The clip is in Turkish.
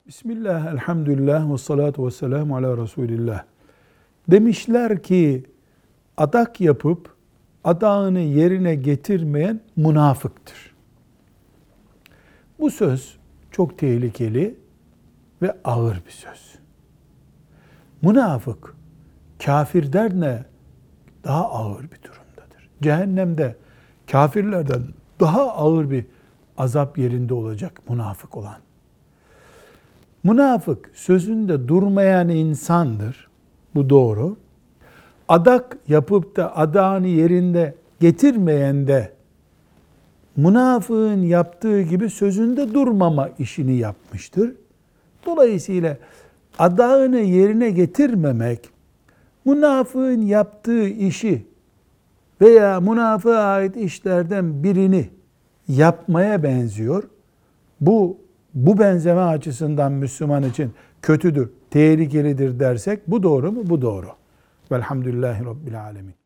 Bismillah, elhamdülillah ve salatu ve selamu ala Resulillah. Demişler ki adak yapıp adağını yerine getirmeyen münafıktır. Bu söz çok tehlikeli ve ağır bir söz. Münafık kafirden de daha ağır bir durumdadır. Cehennemde kafirlerden daha ağır bir azap yerinde olacak münafık olan. Münafık sözünde durmayan insandır. Bu doğru. Adak yapıp da adağını yerinde getirmeyen de münafığın yaptığı gibi sözünde durmama işini yapmıştır. Dolayısıyla adağını yerine getirmemek, münafığın yaptığı işi veya münafığa ait işlerden birini yapmaya benziyor. Bu benzeme açısından Müslüman için kötüdür, tehlikelidir dersek bu doğru mu? Bu doğru. Velhamdülillahi Rabbil Alemin.